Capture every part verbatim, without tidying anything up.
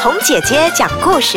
红姐姐讲故事。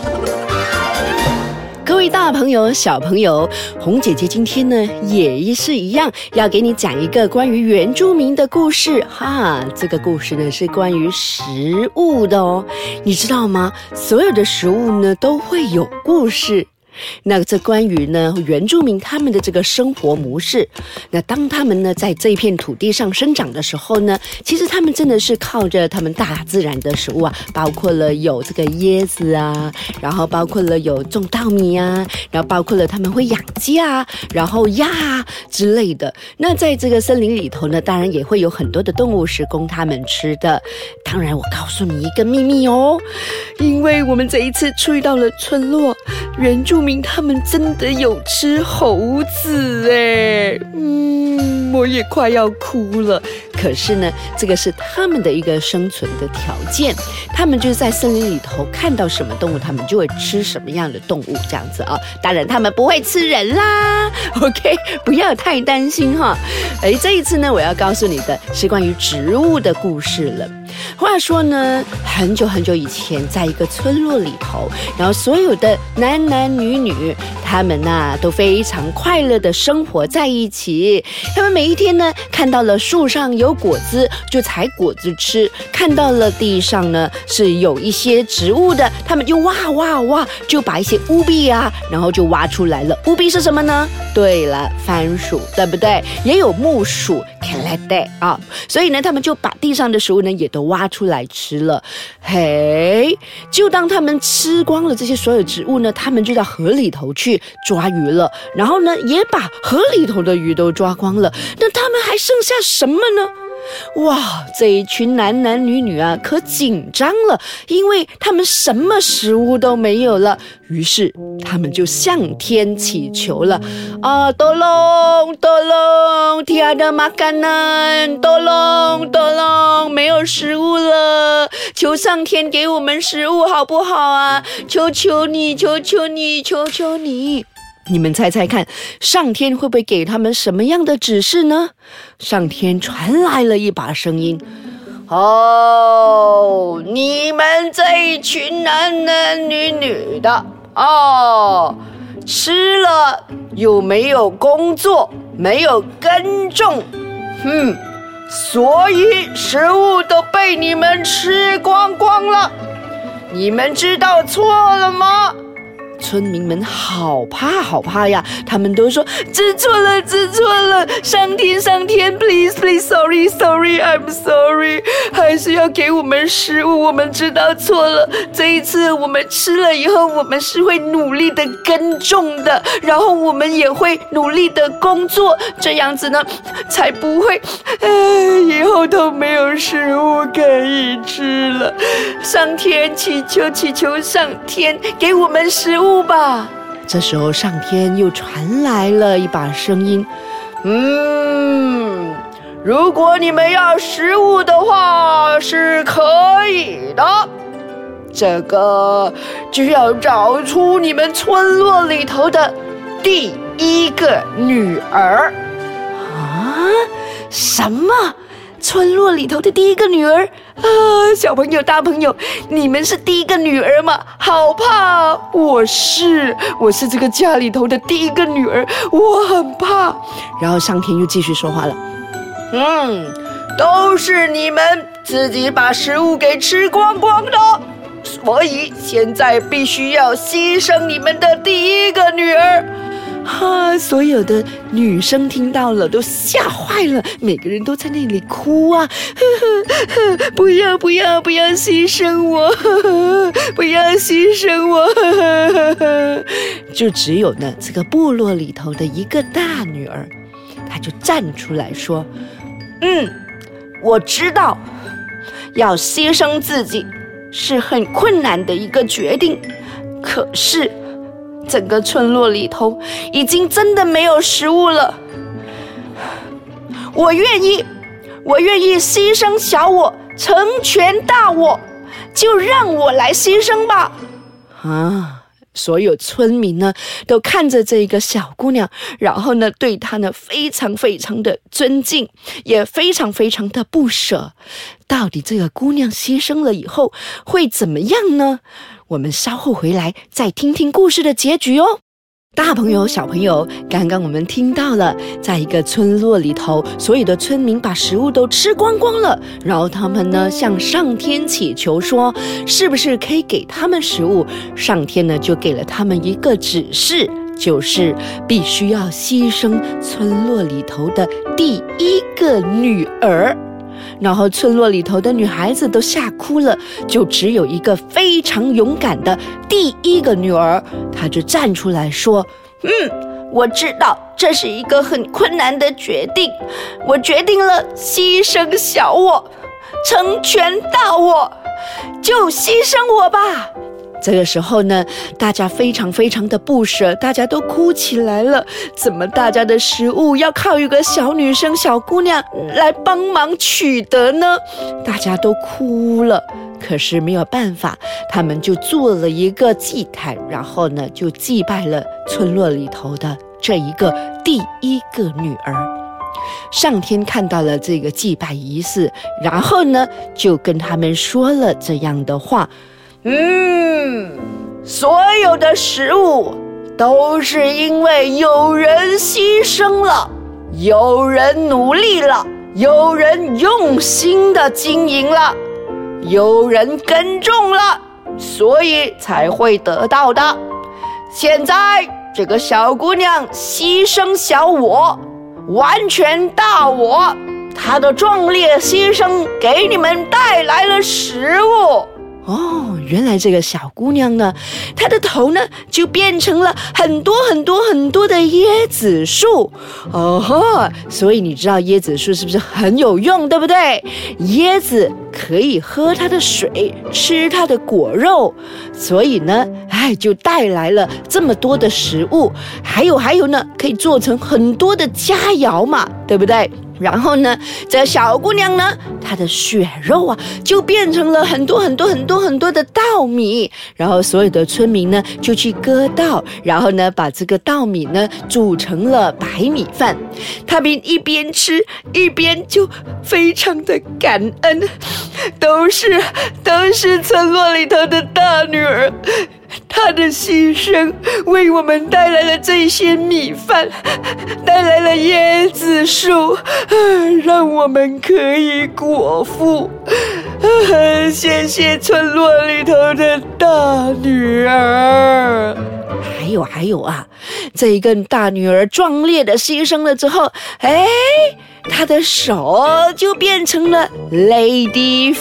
各位大朋友小朋友，红姐姐今天呢也是一样要给你讲一个关于原住民的故事哈。这个故事呢是关于食物的哦，你知道吗？所有的食物呢都会有故事。那这关于呢原住民他们的这个生活模式，那当他们呢在这一片土地上生长的时候呢，其实他们真的是靠着他们大自然的食物啊，包括了有这个椰子啊，然后包括了有种稻米啊，然后包括了他们会养鸡啊，然后鸭啊之类的。那在这个森林里头呢，当然也会有很多的动物是供他们吃的。当然我告诉你一个秘密哦，因为我们这一次去到了村落，原住民他们真的有吃猴子哎，嗯，我也快要哭了。可是呢，这个是他们的一个生存的条件，他们就是在森林里头看到什么动物，他们就会吃什么样的动物这样子啊。当然他们不会吃人啦 ，OK， 不要太担心哈。哎，这一次呢，我要告诉你的是关于植物的故事了。话说呢，很久很久以前，在一个村落里头，然后所有的男男女女，他们呐、啊、都非常快乐的生活在一起。他们每一天呢，看到了树上有果子就采果子吃，看到了地上呢是有一些植物的，他们就挖挖挖，就把一些乌比啊，然后就挖出来了。乌比是什么呢？对了，番薯，对不对？也有木薯 ，kelede 啊，所以呢，他们就把地上的食物呢也都挖出来吃了。嘿，就当他们吃光了这些所有植物呢，他们就到河里头去抓鱼了，然后呢，也把河里头的鱼都抓光了。那他们还剩下什么呢？哇，这一群男男女女啊，可紧张了，因为他们什么食物都没有了。于是他们就向天祈求了啊 ，tolong tolong tiada makanan tolong tolong 没有食物了，求上天给我们食物好不好啊？求求你，求求你，求求你！你们猜猜看，上天会不会给他们什么样的指示呢？上天传来了一把声音：哦，你们这一群男男女女的哦，吃了又没有工作，没有耕种，嗯，所以食物都被你们吃光光了。你们知道错了吗？村民们好怕好怕呀，他们都说知错了知错了，上天上天 please please sorry sorry I'm sorry， 还是要给我们食物，我们知道错了，这一次我们吃了以后，我们是会努力的耕种的，然后我们也会努力的工作，这样子呢才不会唉以后都没有食物可以吃了。上天祈求祈求上天给我们食物吧。这时候上天又传来了一把声音，嗯，如果你们要食物的话是可以的，这个就要找出你们村落里头的第一个女儿。啊？什么？村落里头的第一个女儿啊！小朋友大朋友，你们是第一个女儿吗？好怕啊！我是我是这个家里头的第一个女儿，我很怕。然后上天又继续说话了，嗯，都是你们自己把食物给吃光光的，所以现在必须要牺牲你们的第一个女儿。哈，所有的女生听到了都吓坏了，每个人都在那里哭啊，呵呵呵，不要不要不要牺牲我，呵呵，不要牺牲我，呵呵呵。就只有呢这个部落里头的一个大女儿，她就站出来说，嗯，我知道要牺牲自己是很困难的一个决定，可是整个村落里头已经真的没有食物了，我愿意我愿意牺牲小我成全大我，就让我来牺牲吧。啊， 所有村民呢都看着这个小姑娘，然后呢对她呢非常非常的尊敬，也非常非常的不舍。到底这个姑娘牺牲了以后会怎么样呢？我们稍后回来再听听故事的结局哦。大朋友小朋友，刚刚我们听到了，在一个村落里头，所有的村民把食物都吃光光了，然后他们呢向上天祈求说，是不是可以给他们食物？上天呢就给了他们一个指示，就是必须要牺牲村落里头的第一个女儿。然后村落里头的女孩子都吓哭了，就只有一个非常勇敢的第一个女儿，她就站出来说，嗯，我知道这是一个很困难的决定，我决定了牺牲小我，成全大我，就牺牲我吧。这个时候呢，大家非常非常的不舍，大家都哭起来了。怎么大家的食物要靠一个小女生、小姑娘来帮忙取得呢？大家都哭了。可是没有办法，他们就做了一个祭坛，然后呢，就祭拜了村落里头的这一个第一个女儿。上天看到了这个祭拜仪式，然后呢，就跟他们说了这样的话。嗯，所有的食物都是因为有人牺牲了，有人努力了，有人用心的经营了，有人耕种了，所以才会得到的。现在这个小姑娘牺牲小我，完全大我，她的壮烈牺牲给你们带来了食物。哦，原来这个小姑娘呢，她的头呢就变成了很多很多很多的椰子树。哦呵，所以你知道椰子树是不是很有用，对不对？椰子可以喝它的水，吃它的果肉，所以呢，哎，就带来了这么多的食物。还有还有呢，可以做成很多的佳肴嘛，对不对？然后呢，这小姑娘呢，她的血肉啊，就变成了很多很多很多很多的稻米。然后所有的村民呢，就去割稻，然后呢，把这个稻米呢煮成了白米饭。他们一边吃一边就非常的感恩，都是都是村落里头的大女儿。她的牺牲为我们带来了这些米饭，带来了椰子树，让我们可以果腹。谢谢村落里头的大女儿。还有还有啊，这一个大女儿壮烈的牺牲了之后，哎，她的手就变成了 Lady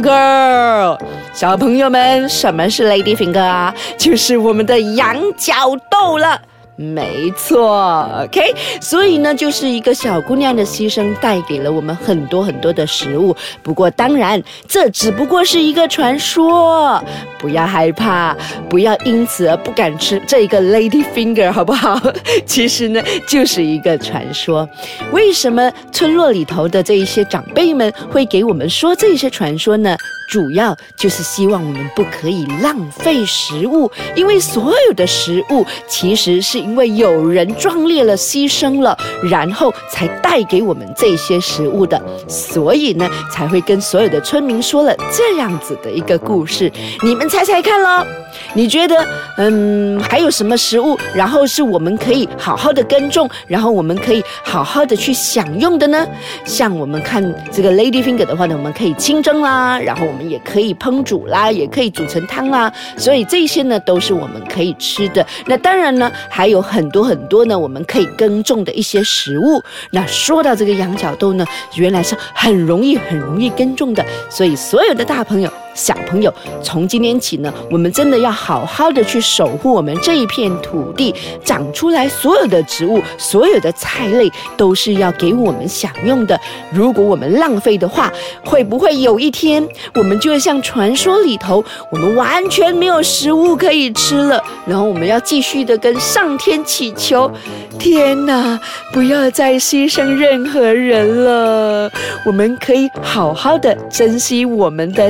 Finger。小朋友们，什么是 Lady Finger 啊？就是我们的羊角豆了。没错 ，OK， 所以呢，就是一个小姑娘的牺牲带给了我们很多很多的食物。不过当然，这只不过是一个传说，不要害怕，不要因此而不敢吃这个 Lady Finger， 好不好？其实呢，就是一个传说。为什么村落里头的这一些长辈们会给我们说这些传说呢？主要就是希望我们不可以浪费食物，因为所有的食物其实是因为有人壮烈了牺牲了，然后才带给我们这些食物的，所以呢才会跟所有的村民说了这样子的一个故事。你们猜猜看咯，你觉得嗯还有什么食物然后是我们可以好好的耕种，然后我们可以好好的去享用的呢？像我们看这个 Lady Finger 的话呢，我们可以清蒸啦，然后我们也可以烹煮啦，也可以煮成汤啦，所以这些呢都是我们可以吃的。那当然呢还有很多很多呢我们可以耕种的一些食物。那说到这个羊角豆呢，原来是很容易很容易耕种的，所以所有的大朋友小朋友，从今天起呢，我们真的要好好的去守护我们这一片土地，长出来所有的植物，所有的菜类都是要给我们享用的。如果我们浪费的话，会不会有一天我们就会像传说里头，我们完全没有食物可以吃了，然后我们要继续的跟上天祈求，天哪，不要再牺牲任何人了，我们可以好好的珍惜我们的食物。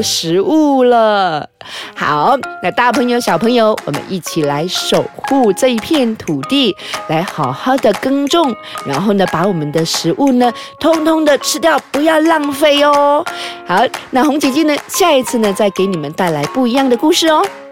物了。好，那大朋友小朋友，我们一起来守护这一片土地，来好好的耕种，然后呢把我们的食物呢通通的吃掉，不要浪费哦。好，那红姐姐呢下一次呢再给你们带来不一样的故事哦。